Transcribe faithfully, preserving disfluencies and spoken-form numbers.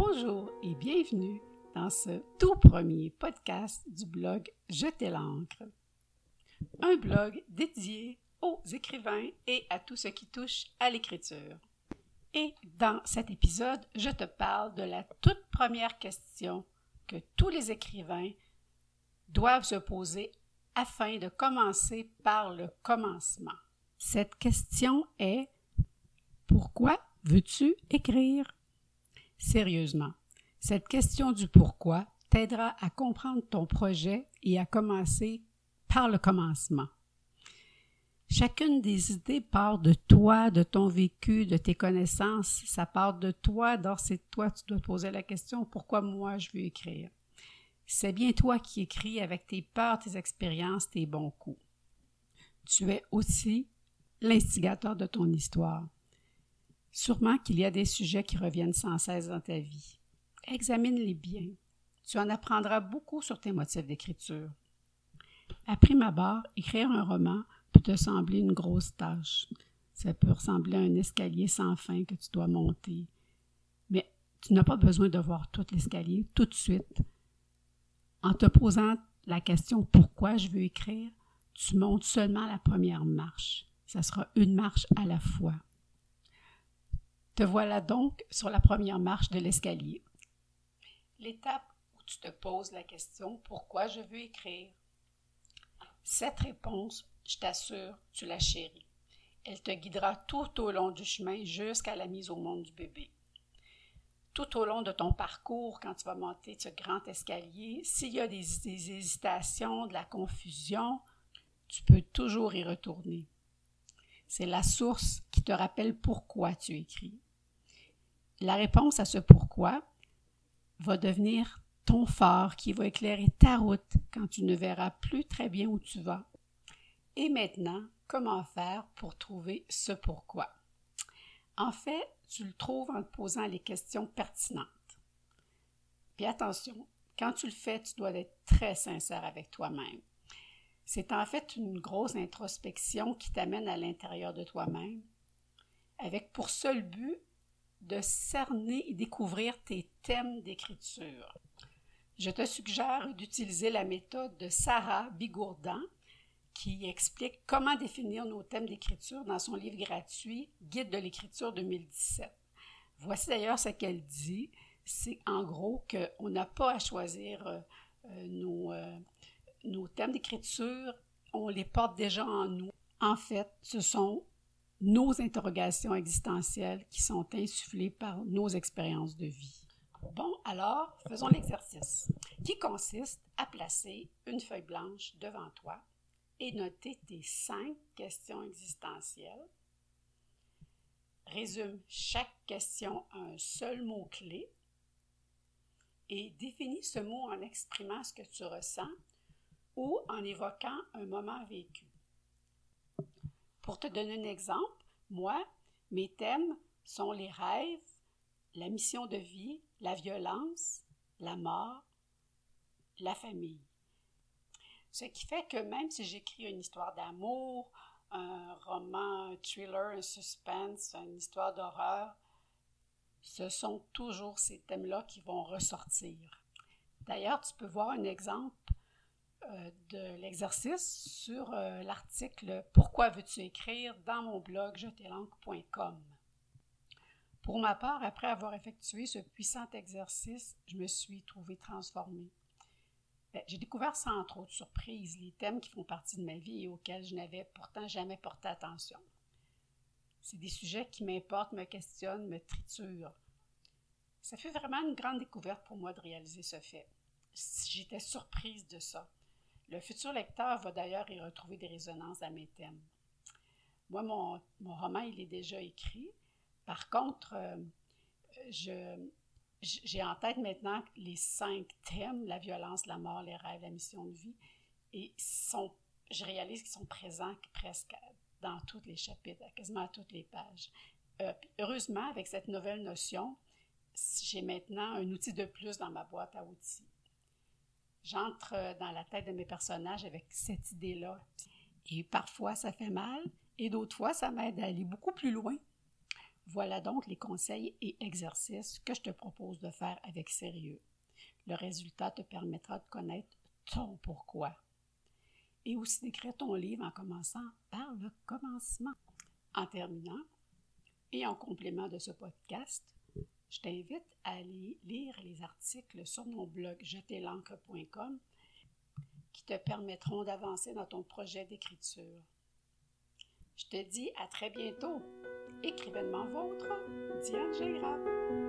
Bonjour et bienvenue dans ce tout premier podcast du blog Jeter l'encre. Un blog dédié aux écrivains et à tout ce qui touche à l'écriture. Et dans cet épisode, je te parle de la toute première question que tous les écrivains doivent se poser afin de commencer par le commencement. Cette question est « Pourquoi veux-tu écrire ?» Sérieusement, cette question du pourquoi t'aidera à comprendre ton projet et à commencer par le commencement. Chacune des idées part de toi, de ton vécu, de tes connaissances. Ça part de toi, d'or c'est toi, tu dois te poser la question « Pourquoi moi je veux écrire ?» C'est bien toi qui écris avec tes peurs, tes expériences, tes bons coups. Tu es aussi l'instigateur de ton histoire. Sûrement qu'il y a des sujets qui reviennent sans cesse dans ta vie. Examine-les bien. Tu en apprendras beaucoup sur tes motifs d'écriture. À prime abord, écrire un roman peut te sembler une grosse tâche. Ça peut ressembler à un escalier sans fin que tu dois monter. Mais tu n'as pas besoin de voir tout l'escalier tout de suite. En te posant la question « Pourquoi je veux écrire ?», tu montes seulement la première marche. Ça sera une marche à la fois. Te voilà donc sur la première marche de l'escalier. L'étape où tu te poses la question « Pourquoi je veux écrire ?» Cette réponse, je t'assure, tu la chéris. Elle te guidera tout au long du chemin jusqu'à la mise au monde du bébé. Tout au long de ton parcours, quand tu vas monter ce grand escalier, s'il y a des, des hésitations, de la confusion, tu peux toujours y retourner. C'est la source qui te rappelle pourquoi tu écris. La réponse à ce pourquoi va devenir ton phare qui va éclairer ta route quand tu ne verras plus très bien où tu vas. Et maintenant, comment faire pour trouver ce pourquoi? En fait, tu le trouves en te posant les questions pertinentes. Puis attention, quand tu le fais, tu dois être très sincère avec toi-même. C'est en fait une grosse introspection qui t'amène à l'intérieur de toi-même, avec pour seul but de cerner et découvrir tes thèmes d'écriture. Je te suggère d'utiliser la méthode de Sarah Bigourdan qui explique comment définir nos thèmes d'écriture dans son livre gratuit « Guide de l'écriture deux mille dix-sept ». Voici d'ailleurs ce qu'elle dit, c'est en gros qu'on n'a pas à choisir euh, nos, euh, nos thèmes d'écriture, on les porte déjà en nous. En fait, ce sont nos interrogations existentielles qui sont insufflées par nos expériences de vie. Bon, alors, faisons l'exercice, qui consiste à placer une feuille blanche devant toi et noter tes cinq questions existentielles. Résume chaque question à un seul mot-clé et définis ce mot en exprimant ce que tu ressens ou en évoquant un moment vécu. Pour te donner un exemple, moi, mes thèmes sont les rêves, la mission de vie, la violence, la mort, la famille. Ce qui fait que même si j'écris une histoire d'amour, un roman, un thriller, un suspense, une histoire d'horreur, ce sont toujours ces thèmes-là qui vont ressortir. D'ailleurs, tu peux voir un exemple euh, de l'exercice sur euh, l'article « Pourquoi veux-tu écrire ?» dans mon blog jeter l'encre point com. Pour ma part, après avoir effectué ce puissant exercice, je me suis trouvée transformée. J'ai découvert sans trop de surprise les thèmes qui font partie de ma vie et auxquels je n'avais pourtant jamais porté attention. C'est des sujets qui m'importent, me questionnent, me triturent. Ça fut vraiment une grande découverte pour moi de réaliser ce fait. J'étais surprise de ça. Le futur lecteur va d'ailleurs y retrouver des résonances à mes thèmes. Moi, mon, mon roman, il est déjà écrit. Par contre, euh, je... J'ai en tête maintenant les cinq thèmes, la violence, la mort, les rêves, la mission de vie, et sont, je réalise qu'ils sont présents presque dans tous les chapitres, quasiment à toutes les pages. Euh, heureusement, avec cette nouvelle notion, j'ai maintenant un outil de plus dans ma boîte à outils. J'entre dans la tête de mes personnages avec cette idée-là, et parfois ça fait mal, et d'autres fois ça m'aide à aller beaucoup plus loin. Voilà donc les conseils et exercices que je te propose de faire avec sérieux. Le résultat te permettra de connaître ton pourquoi. Et aussi d'écrire ton livre en commençant par le commencement. En terminant, et en complément de ce podcast, je t'invite à aller lire les articles sur mon blog jeter l'encre point com qui te permettront d'avancer dans ton projet d'écriture. Je te dis à très bientôt. Écrivainement vôtre, Diane Gingras.